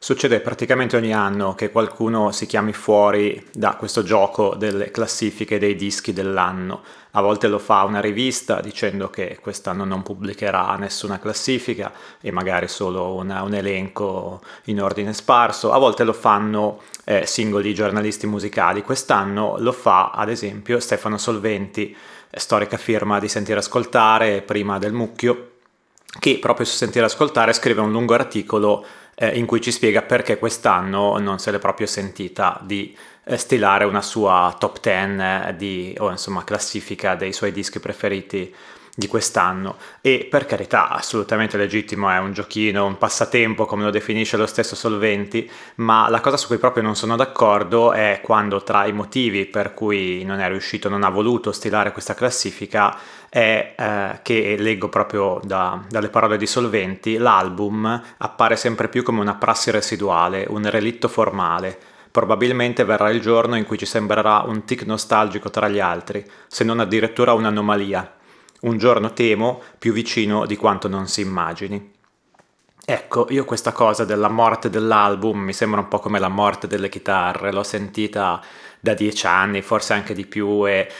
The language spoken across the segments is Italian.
Succede praticamente ogni anno che qualcuno si chiami fuori da questo gioco delle classifiche dei dischi dell'anno. A volte lo fa una rivista dicendo che quest'anno non pubblicherà nessuna classifica e magari solo un elenco in ordine sparso. A volte lo fanno singoli giornalisti musicali. Quest'anno lo fa ad esempio Stefano Solventi, storica firma di Sentire Ascoltare, prima del Mucchio, che proprio su Sentire Ascoltare scrive un lungo articolo in cui ci spiega perché quest'anno non se l'è proprio sentita di stilare una sua top 10 o insomma classifica dei suoi dischi preferiti di quest'anno. E per carità, assolutamente legittimo, è un giochino, un passatempo come lo definisce lo stesso Solventi, ma la cosa su cui proprio non sono d'accordo è quando tra i motivi per cui non è riuscito, non ha voluto stilare questa classifica è che, leggo proprio dalle parole di Solventi, l'album appare sempre più come una prassi residuale, un relitto formale. Probabilmente verrà il giorno in cui ci sembrerà un tic nostalgico tra gli altri, se non addirittura un'anomalia. Un giorno, temo, più vicino di quanto non si immagini. Ecco, io questa cosa della morte dell'album mi sembra un po' come la morte delle chitarre, l'ho sentita da 10 anni, forse anche di più, e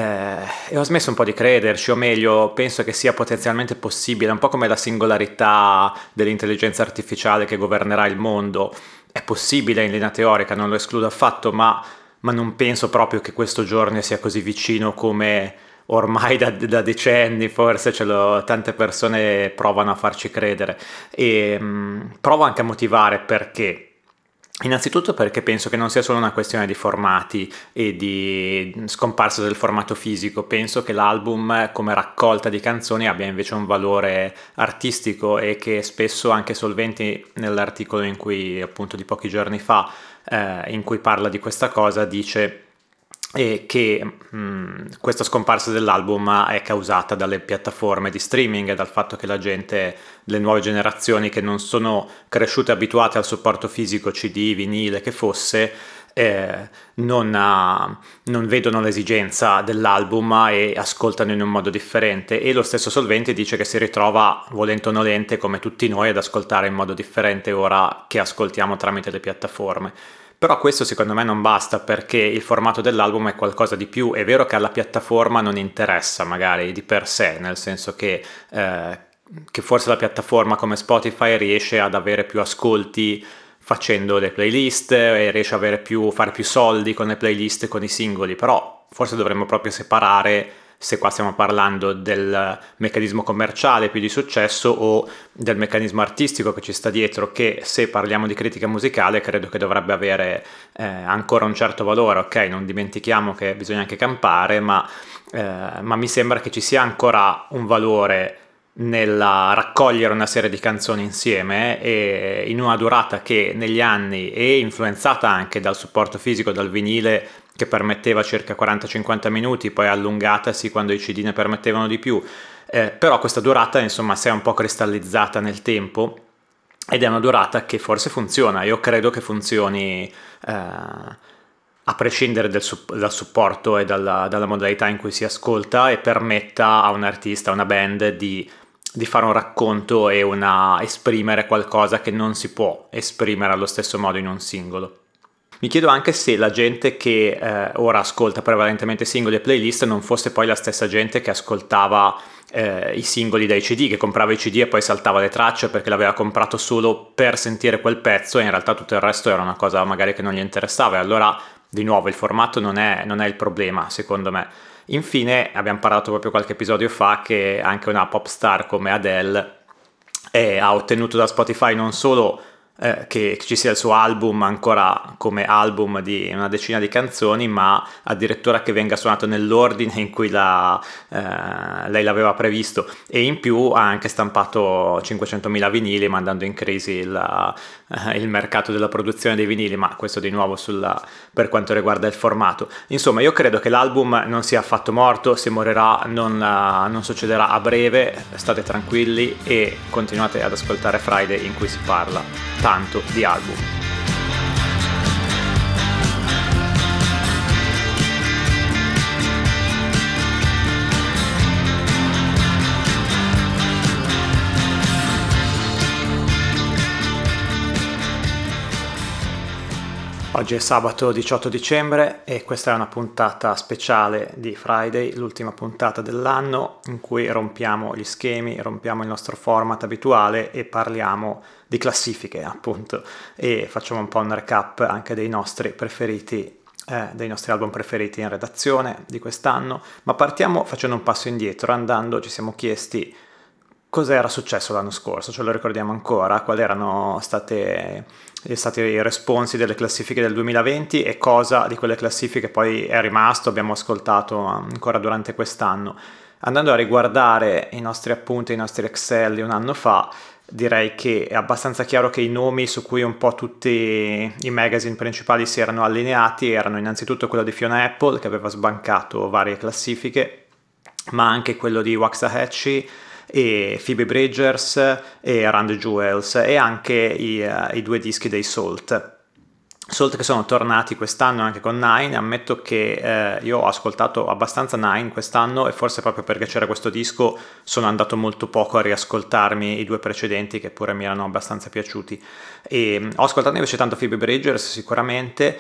ho smesso un po' di crederci, o meglio, penso che sia potenzialmente possibile, un po' come la singolarità dell'intelligenza artificiale che governerà il mondo. È possibile in linea teorica, non lo escludo affatto, ma non penso proprio che questo giorno sia così vicino come ormai da decenni, forse tante persone provano a farci credere, e provo anche a motivare perché. Innanzitutto perché penso che non sia solo una questione di formati e di scomparsa del formato fisico, penso che l'album come raccolta di canzoni abbia invece un valore artistico, e che spesso anche Solventi nell'articolo in cui appunto di pochi giorni fa in cui parla di questa cosa dice che questa scomparsa dell'album è causata dalle piattaforme di streaming e dal fatto che la gente, le nuove generazioni che non sono cresciute abituate al supporto fisico CD, vinile che fosse, non vedono l'esigenza dell'album e ascoltano in un modo differente. E lo stesso Solventi dice che si ritrova, volente o nolente, come tutti noi, ad ascoltare in modo differente ora che ascoltiamo tramite le piattaforme. Però questo secondo me non basta, perché il formato dell'album è qualcosa di più. È vero che alla piattaforma non interessa magari di per sé, nel senso che forse la piattaforma come Spotify riesce ad avere più ascolti facendo le playlist e riesce a fare più soldi con le playlist e con i singoli, però forse dovremmo proprio separare se qua stiamo parlando del meccanismo commerciale più di successo o del meccanismo artistico che ci sta dietro, che se parliamo di critica musicale credo che dovrebbe avere ancora un certo valore. Ok, non dimentichiamo che bisogna anche campare, ma mi sembra che ci sia ancora un valore nella raccogliere una serie di canzoni insieme e in una durata che negli anni è influenzata anche dal supporto fisico, dal vinile che permetteva circa 40-50 minuti, poi allungatasi quando i CD ne permettevano di più, però questa durata insomma si è un po' cristallizzata nel tempo ed è una durata che forse funziona. Io credo che funzioni a prescindere dal supporto e dalla modalità in cui si ascolta, e permetta a un artista, a una band di fare un racconto e esprimere qualcosa che non si può esprimere allo stesso modo in un singolo. Mi chiedo anche se la gente che ora ascolta prevalentemente singoli e playlist non fosse poi la stessa gente che ascoltava i singoli dai CD, che comprava i CD e poi saltava le tracce perché l'aveva comprato solo per sentire quel pezzo e in realtà tutto il resto era una cosa magari che non gli interessava. E allora, di nuovo, il formato non è il problema, secondo me. Infine, abbiamo parlato proprio qualche episodio fa che anche una pop star come Adele ha ottenuto da Spotify non solo che ci sia il suo album ancora come album di una decina di canzoni, ma addirittura che venga suonato nell'ordine in cui lei l'aveva previsto, e in più ha anche stampato 500.000 vinili, mandando in crisi il mercato della produzione dei vinili, ma questo di nuovo per quanto riguarda il formato. Insomma, io credo che l'album non sia affatto morto, se morirà non succederà a breve, state tranquilli e continuate ad ascoltare Friday, in cui si parla tanto di album. Oggi è sabato 18 dicembre e questa è una puntata speciale di Friday, l'ultima puntata dell'anno in cui rompiamo gli schemi, rompiamo il nostro format abituale e parliamo di classifiche, appunto, e facciamo un po' un recap anche dei nostri preferiti, dei nostri album preferiti in redazione di quest'anno. Ma partiamo facendo un passo indietro, ci siamo chiesti cosa era successo l'anno scorso, ce lo ricordiamo ancora, quali erano stati i responsi delle classifiche del 2020 e cosa di quelle classifiche poi è rimasto, abbiamo ascoltato ancora durante quest'anno. Andando a riguardare i nostri appunti, i nostri Excel di un anno fa, direi che è abbastanza chiaro che i nomi su cui un po' tutti i magazine principali si erano allineati erano innanzitutto quello di Fiona Apple, che aveva sbancato varie classifiche, ma anche quello di Waxahachie e Phoebe Bridgers e Run the Jewels e anche i due dischi dei Salt che sono tornati quest'anno anche con Nine. Ammetto che io ho ascoltato abbastanza Nine quest'anno e forse proprio perché c'era questo disco sono andato molto poco a riascoltarmi i due precedenti che pure mi erano abbastanza piaciuti. E ho ascoltato invece tanto Phoebe Bridgers sicuramente,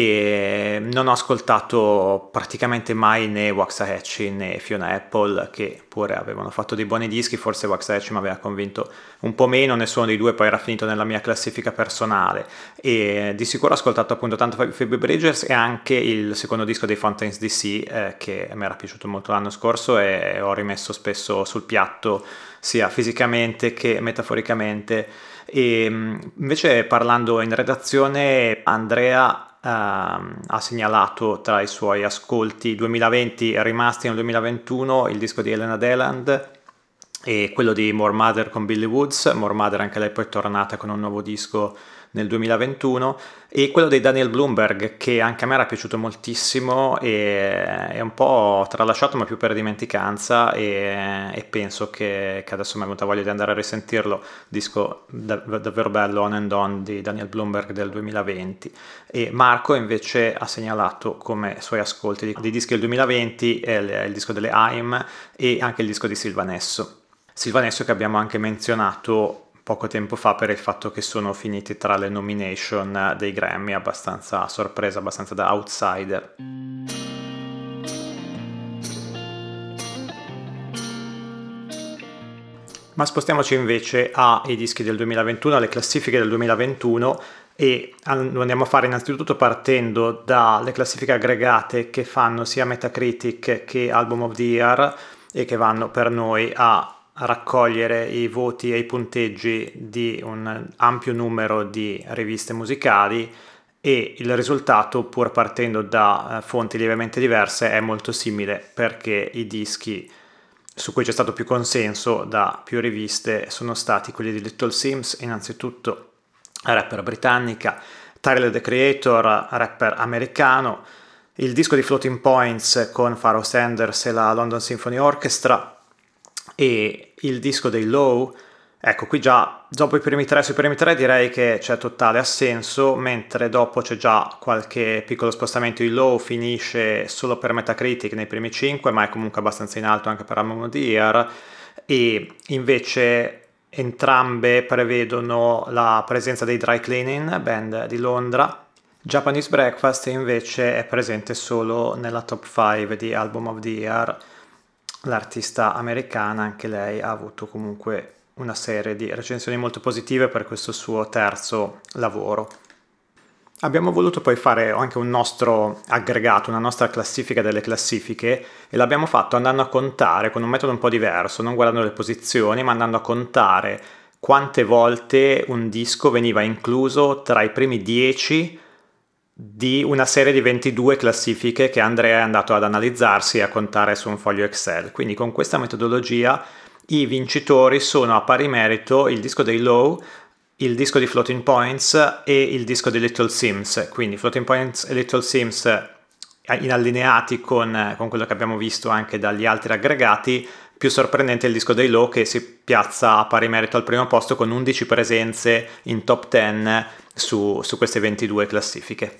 e non ho ascoltato praticamente mai né Waxahachie né Fiona Apple, che pure avevano fatto dei buoni dischi. Forse Waxahachie mi aveva convinto un po' meno, nessuno dei due poi era finito nella mia classifica personale, e di sicuro ho ascoltato appunto tanto Phoebe Bridgers e anche il secondo disco dei Fountains DC, che mi era piaciuto molto l'anno scorso e ho rimesso spesso sul piatto sia fisicamente che metaforicamente. E invece, parlando in redazione, Andrea ha segnalato tra i suoi ascolti 2020 rimasti nel 2021 il disco di Elena Deland e quello di More Mother con Billy Woods. More Mother anche lei poi è tornata con un nuovo disco nel 2021, e quello di Daniel Bloomberg, che anche a me era piaciuto moltissimo e è un po' tralasciato ma più per dimenticanza, e penso che adesso mi è venuta voglia di andare a risentirlo. Disco davvero bello, On and On di Daniel Bloomberg del 2020. E Marco invece ha segnalato come suoi ascolti di dischi del 2020 il disco delle AIM e anche il disco di Silvanesso che abbiamo anche menzionato poco tempo fa per il fatto che sono finiti tra le nomination dei Grammy, abbastanza a sorpresa, abbastanza da outsider. Ma spostiamoci invece ai dischi del 2021, alle classifiche del 2021, e lo andiamo a fare innanzitutto partendo dalle classifiche aggregate che fanno sia Metacritic che Album of the Year e che vanno per noi a raccogliere i voti e i punteggi di un ampio numero di riviste musicali, e il risultato, pur partendo da fonti lievemente diverse, è molto simile, perché i dischi su cui c'è stato più consenso da più riviste sono stati quelli di Little Sims, innanzitutto rapper britannica, Tyler the Creator, rapper americano, il disco di Floating Points con Pharoah Sanders e la London Symphony Orchestra, e il disco dei Low. Ecco, qui già dopo sui primi tre direi che c'è totale assenso, mentre dopo c'è già qualche piccolo spostamento. Il Low finisce solo per Metacritic nei primi 5, ma è comunque abbastanza in alto anche per Album of the Year, e invece entrambe prevedono la presenza dei Dry Cleaning, band di Londra. Japanese Breakfast invece è presente solo nella top 5 di Album of the Year. L'artista americana, anche lei, ha avuto comunque una serie di recensioni molto positive per questo suo terzo lavoro. Abbiamo voluto poi fare anche un nostro aggregato, una nostra classifica delle classifiche, e l'abbiamo fatto andando a contare con un metodo un po' diverso, non guardando le posizioni, ma andando a contare quante volte un disco veniva incluso tra i primi 10 di una serie di 22 classifiche che Andrea è andato ad analizzarsi e a contare su un foglio Excel. Quindi con questa metodologia i vincitori sono a pari merito il disco dei Low, il disco di Floating Points e il disco di Little Sims. Quindi Floating Points e Little Sims inallineati con quello che abbiamo visto anche dagli altri aggregati. Più sorprendente è il disco dei Low, che si piazza a pari merito al primo posto con 11 presenze in top 10 su queste 22 classifiche.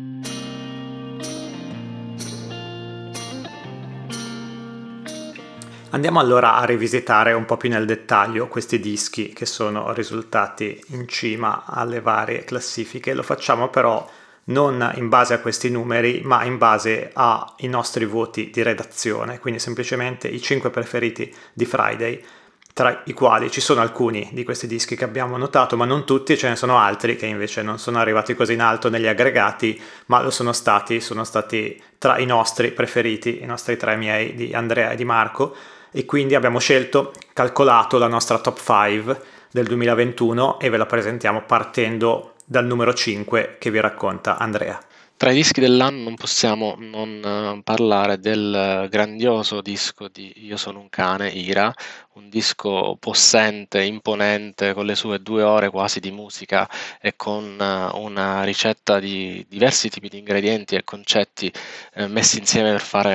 Andiamo allora a rivisitare un po' più nel dettaglio questi dischi che sono risultati in cima alle varie classifiche. Lo facciamo però non in base a questi numeri, ma in base ai nostri voti di redazione, quindi semplicemente i 5 preferiti di Friday, tra i quali ci sono alcuni di questi dischi che abbiamo notato, ma non tutti, ce ne sono altri che invece non sono arrivati così in alto negli aggregati, ma sono stati tra i nostri preferiti, i nostri tre, miei, di Andrea e di Marco, e quindi abbiamo calcolato la nostra top 5 del 2021 e ve la presentiamo partendo dal numero 5 che vi racconta Andrea. Tra i dischi dell'anno non possiamo non parlare del grandioso disco di Io sono un cane, Ira, un disco possente, imponente, con le sue 2 ore quasi di musica e con una ricetta di diversi tipi di ingredienti e concetti messi insieme per fare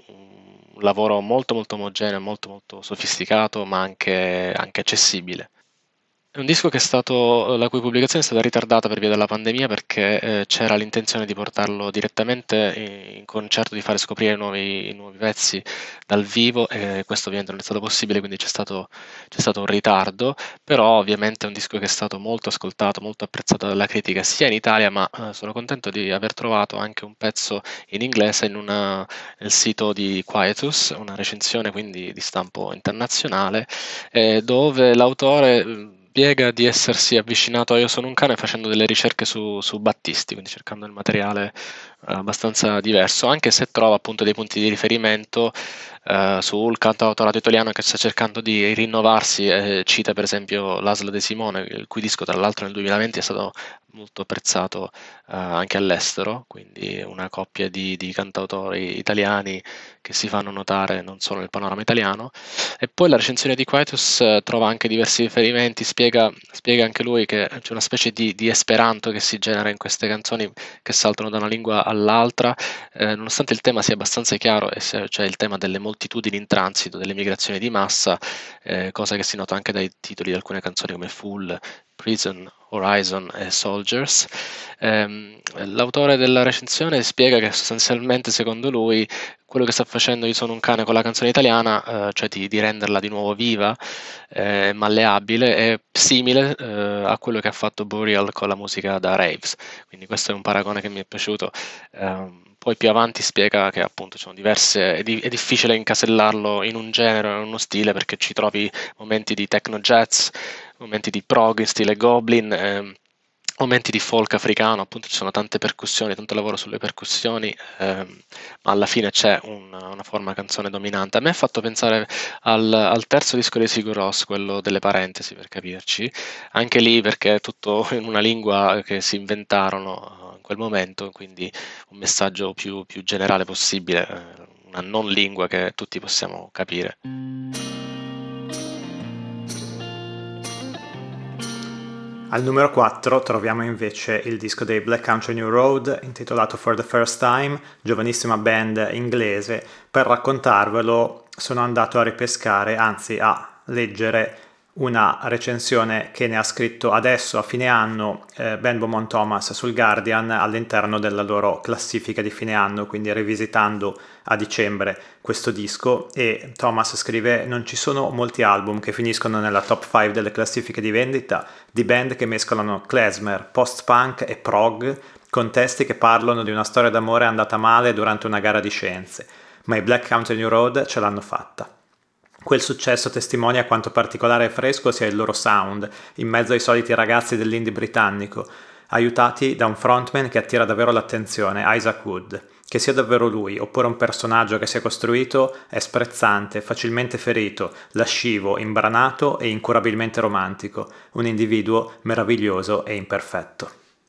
un lavoro molto molto omogeneo, molto molto sofisticato, ma anche accessibile. È un disco la cui pubblicazione è stata ritardata per via della pandemia perché c'era l'intenzione di portarlo direttamente in concerto, di fare scoprire i nuovi pezzi dal vivo, e questo ovviamente non è stato possibile, quindi c'è stato un ritardo, però ovviamente è un disco che è stato molto ascoltato, molto apprezzato dalla critica sia in Italia, ma sono contento di aver trovato anche un pezzo in inglese nel sito di Quietus, una recensione quindi di stampo internazionale, dove l'autore spiega di essersi avvicinato a Io sono un cane facendo delle ricerche su Battisti, quindi cercando il materiale abbastanza diverso, anche se trova appunto dei punti di riferimento sul cantautorato italiano che sta cercando di rinnovarsi. Cita per esempio l'Aslo De Simone, il cui disco tra l'altro nel 2020 è stato molto apprezzato anche all'estero, quindi una coppia di cantautori italiani che si fanno notare non solo nel panorama italiano. E poi la recensione di Quietus trova anche diversi riferimenti, spiega anche lui che c'è una specie di esperanto che si genera in queste canzoni che saltano da una lingua all'altra, nonostante il tema sia abbastanza chiaro, cioè il tema delle moltitudini in transito, delle migrazioni di massa, cosa che si nota anche dai titoli di alcune canzoni come Fool, Prison, Horizon e Soldiers. L'autore della recensione spiega che sostanzialmente, secondo lui, quello che sta facendo Io sono un cane con la canzone italiana, cioè di renderla di nuovo viva, malleabile, è simile a quello che ha fatto Burial con la musica da raves. Quindi questo è un paragone che mi è piaciuto. Poi più avanti spiega che appunto sono diverse, è difficile incasellarlo in un genere o in uno stile, perché ci trovi momenti di techno jazz, momenti di prog in stile Goblin, momenti di folk africano, appunto ci sono tante percussioni, tanto lavoro sulle percussioni, ma alla fine c'è una forma canzone dominante. A me ha fatto pensare al terzo disco di Sigur Rós, quello delle parentesi, per capirci, anche lì perché è tutto in una lingua che si inventarono in quel momento, quindi un messaggio più generale possibile, una non lingua che tutti possiamo capire. Al numero 4 troviamo invece il disco dei Black Country New Road, intitolato For the First Time, giovanissima band inglese. Per raccontarvelo sono andato a ripescare, anzi a leggere una recensione che ne ha scritto adesso a fine anno Ben Beaumont Thomas sul Guardian all'interno della loro classifica di fine anno, quindi rivisitando a dicembre questo disco. E Thomas scrive: non ci sono molti album che finiscono nella top 5 delle classifiche di vendita di band che mescolano klezmer, post-punk e prog, con testi che parlano di una storia d'amore andata male durante una gara di scienze, ma i Black Country New Road ce l'hanno fatta. Quel successo testimonia quanto particolare e fresco sia il loro sound, in mezzo ai soliti ragazzi dell'indie britannico, aiutati da un frontman che attira davvero l'attenzione, Isaac Wood. Che sia davvero lui, oppure un personaggio che si è costruito, è sprezzante, facilmente ferito, lascivo, imbranato e incurabilmente romantico, un individuo meraviglioso e imperfetto.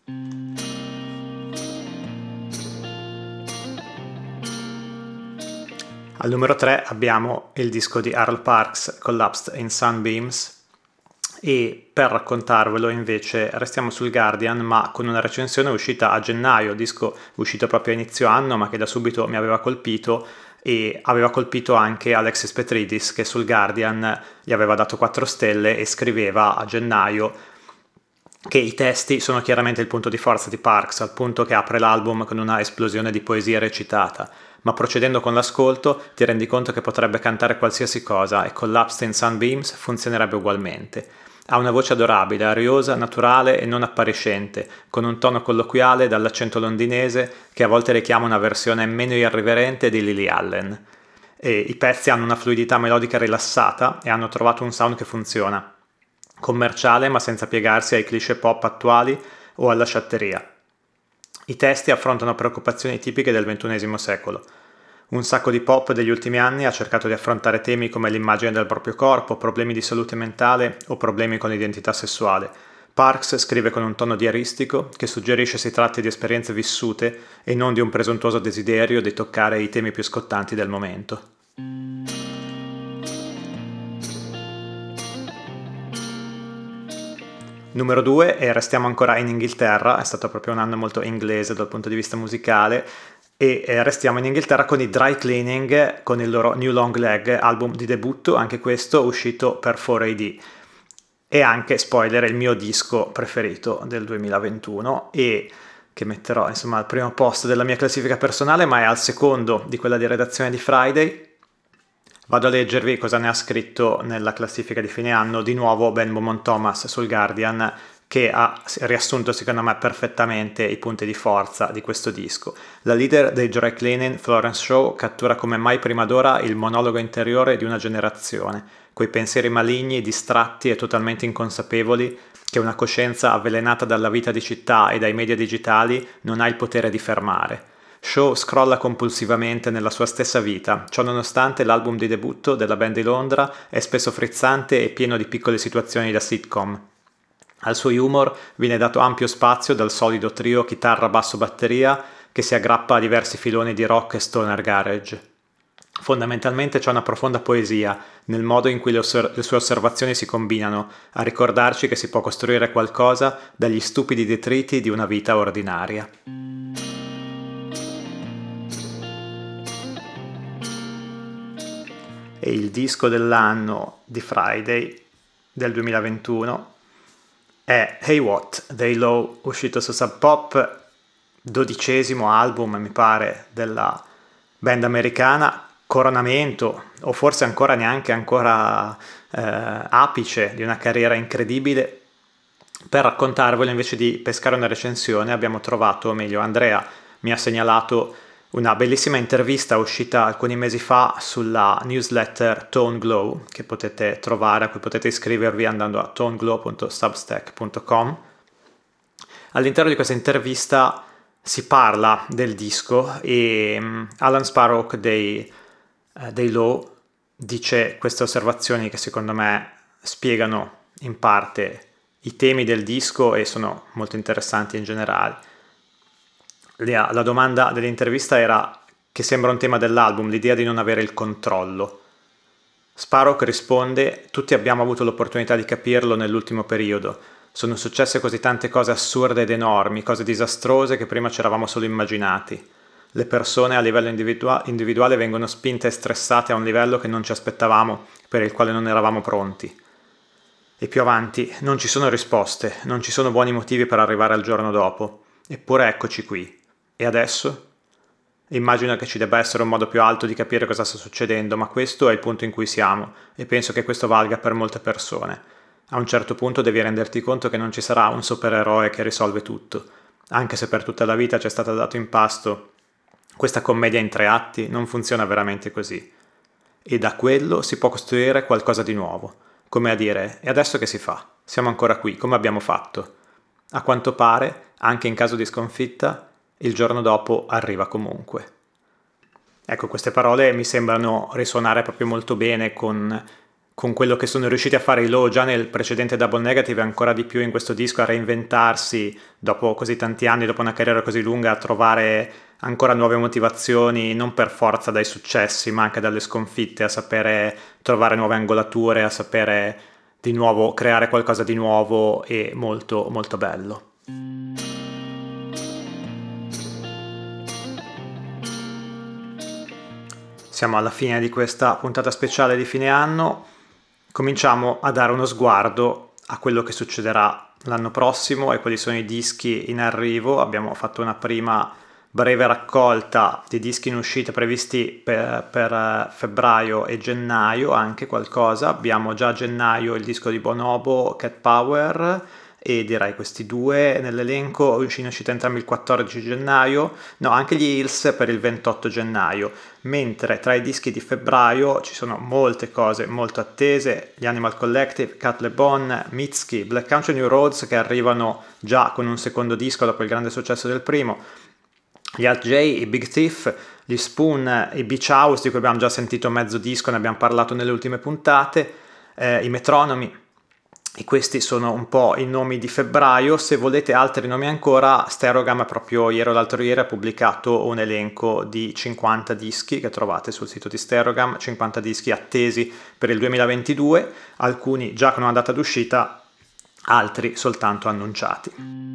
Al numero 3 abbiamo il disco di Arlo Parks, Collapsed in Sunbeams, e per raccontarvelo invece restiamo sul Guardian, ma con una recensione uscita a gennaio, disco uscito proprio a inizio anno, ma che da subito mi aveva colpito, e aveva colpito anche Alexis Petridis, che sul Guardian gli aveva dato 4 stelle e scriveva a gennaio che i testi sono chiaramente il punto di forza di Parks, al punto che apre l'album con una esplosione di poesia recitata, ma procedendo con l'ascolto ti rendi conto che potrebbe cantare qualsiasi cosa e Collapsed in Sunbeams funzionerebbe ugualmente. Ha una voce adorabile, ariosa, naturale e non appariscente, con un tono colloquiale dall'accento londinese che a volte richiama una versione meno irriverente di Lily Allen. E i pezzi hanno una fluidità melodica rilassata e hanno trovato un sound che funziona, commerciale ma senza piegarsi ai cliché pop attuali o alla sciatteria. I testi affrontano preoccupazioni tipiche del XXI secolo. Un sacco di pop degli ultimi anni ha cercato di affrontare temi come l'immagine del proprio corpo, problemi di salute mentale o problemi con l'identità sessuale. Parks scrive con un tono diaristico che suggerisce si tratti di esperienze vissute e non di un presuntuoso desiderio di toccare i temi più scottanti del momento. Numero 2, e restiamo ancora in Inghilterra, è stato proprio un anno molto inglese dal punto di vista musicale, e restiamo in Inghilterra con i Dry Cleaning, con il loro New Long Leg, album di debutto, anche questo uscito per 4AD. E anche, spoiler, il mio disco preferito del 2021 e che metterò insomma al primo posto della mia classifica personale, ma è al secondo di quella di redazione di Friday. Vado a leggervi cosa ne ha scritto nella classifica di fine anno di nuovo Ben Beaumont Thomas sul Guardian, che ha riassunto secondo me perfettamente i punti di forza di questo disco. La leader dei Dry Cleaning, Florence Shaw, cattura come mai prima d'ora il monologo interiore di una generazione, quei pensieri maligni, distratti e totalmente inconsapevoli che una coscienza avvelenata dalla vita di città e dai media digitali non ha il potere di fermare. Shaw scrolla compulsivamente nella sua stessa vita, ciò nonostante l'album di debutto della band di Londra è spesso frizzante e pieno di piccole situazioni da sitcom. Al suo humor viene dato ampio spazio dal solido trio chitarra-basso-batteria che si aggrappa a diversi filoni di rock e stoner garage. Fondamentalmente c'è una profonda poesia nel modo in cui le sue osservazioni si combinano a ricordarci che si può costruire qualcosa dagli stupidi detriti di una vita ordinaria. E il disco dell'anno di Friday del 2021 è Hey What, They Low, uscito su Sub Pop, 12° album mi pare della band americana, coronamento o forse ancora neanche ancora apice di una carriera incredibile. Per raccontarvelo, invece di pescare una recensione, abbiamo trovato, o meglio Andrea mi ha segnalato una bellissima intervista uscita alcuni mesi fa sulla newsletter Tone Glow, che potete trovare, a cui potete iscrivervi andando a toneglow.substack.com. All'interno di questa intervista si parla del disco e Alan Sparrow dei Low dice queste osservazioni che secondo me spiegano in parte i temi del disco e sono molto interessanti in generale. La domanda dell'intervista era che sembra un tema dell'album, l'idea di non avere il controllo. Sparrow risponde: tutti abbiamo avuto l'opportunità di capirlo nell'ultimo periodo. Sono successe così tante cose assurde ed enormi, cose disastrose che prima ci eravamo solo immaginati. Le persone a livello individuale vengono spinte e stressate a un livello che non ci aspettavamo, per il quale non eravamo pronti. E più avanti, non ci sono risposte, non ci sono buoni motivi per arrivare al giorno dopo. Eppure eccoci qui. E adesso? Immagino che ci debba essere un modo più alto di capire cosa sta succedendo, ma questo è il punto in cui siamo e penso che questo valga per molte persone. A un certo punto devi renderti conto che non ci sarà un supereroe che risolve tutto. Anche se per tutta la vita ci è stato dato in pasto questa commedia in 3 atti, non funziona veramente così. E da quello si può costruire qualcosa di nuovo. Come a dire, e adesso che si fa? Siamo ancora qui, come abbiamo fatto? A quanto pare, anche in caso di sconfitta, il giorno dopo arriva comunque. Ecco, queste parole mi sembrano risuonare proprio molto bene con quello che sono riusciti a fare i Low già nel precedente Double Negative e ancora di più in questo disco, a reinventarsi dopo così tanti anni, dopo una carriera così lunga, a trovare ancora nuove motivazioni, non per forza dai successi, ma anche dalle sconfitte, a sapere trovare nuove angolature, a sapere di nuovo creare qualcosa di nuovo e molto molto bello. Siamo alla fine di questa puntata speciale di fine anno. Cominciamo a dare uno sguardo a quello che succederà l'anno prossimo e quali sono i dischi in arrivo. Abbiamo fatto una prima breve raccolta di dischi in uscita previsti per febbraio e gennaio, anche qualcosa. Abbiamo già a gennaio il disco di Bonobo, Cat Power, e direi questi due nell'elenco, in uscita entrambi il 14 gennaio, no, anche gli Hills per il 28 gennaio, mentre tra i dischi di febbraio ci sono molte cose molto attese: gli Animal Collective, Cat Le Bon, Mitski, Black Country New Roads, che arrivano già con un secondo disco dopo il grande successo del primo, gli Alt J, i Big Thief, gli Spoon, i Beach House, di cui abbiamo già sentito mezzo disco, ne abbiamo parlato nelle ultime puntate, i Metronomi. E questi sono un po' i nomi di febbraio. Se volete altri nomi ancora, Stereogam proprio ieri o l'altro ieri ha pubblicato un elenco di 50 dischi che trovate sul sito di Stereogam, 50 dischi attesi per il 2022, alcuni già con una data d'uscita, altri soltanto annunciati.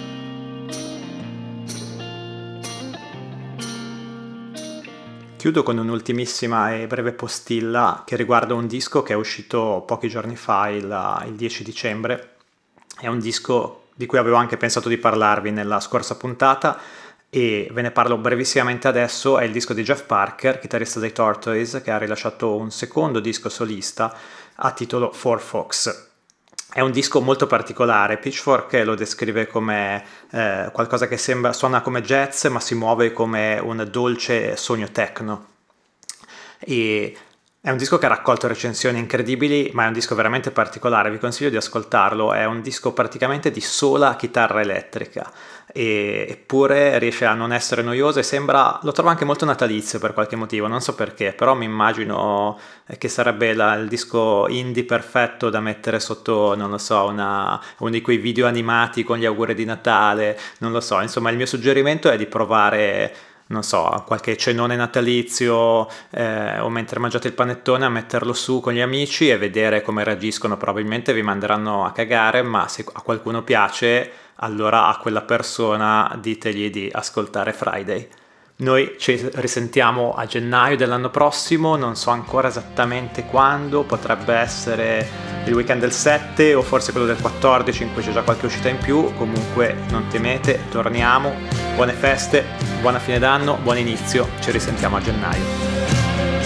Chiudo con un'ultimissima e breve postilla che riguarda un disco che è uscito pochi giorni fa, il 10 dicembre. È un disco di cui avevo anche pensato di parlarvi nella scorsa puntata e ve ne parlo brevissimamente adesso. È il disco di Jeff Parker, chitarrista dei Tortoise, che ha rilasciato un secondo disco solista a titolo For Fox. È un disco molto particolare. Pitchfork lo descrive come qualcosa che suona come jazz ma si muove come un dolce sogno techno, e è un disco che ha raccolto recensioni incredibili, ma è un disco veramente particolare. Vi consiglio di ascoltarlo. È un disco praticamente di sola chitarra elettrica, eppure riesce a non essere noioso e lo trovo anche molto natalizio per qualche motivo, non so perché, però mi immagino che sarebbe il disco indie perfetto da mettere sotto, non lo so, uno di quei video animati con gli auguri di Natale, non lo so. Insomma, il mio suggerimento è di provare, non so, qualche cenone natalizio o mentre mangiate il panettone, a metterlo su con gli amici e vedere come reagiscono. Probabilmente vi manderanno a cagare, ma se a qualcuno piace, allora a quella persona ditegli di ascoltare Friday. Noi ci risentiamo a gennaio dell'anno prossimo, non so ancora esattamente quando, potrebbe essere il weekend del 7 o forse quello del 14 in cui c'è già qualche uscita in più. Comunque non temete, torniamo. Buone feste, buona fine d'anno, buon inizio, ci risentiamo a gennaio.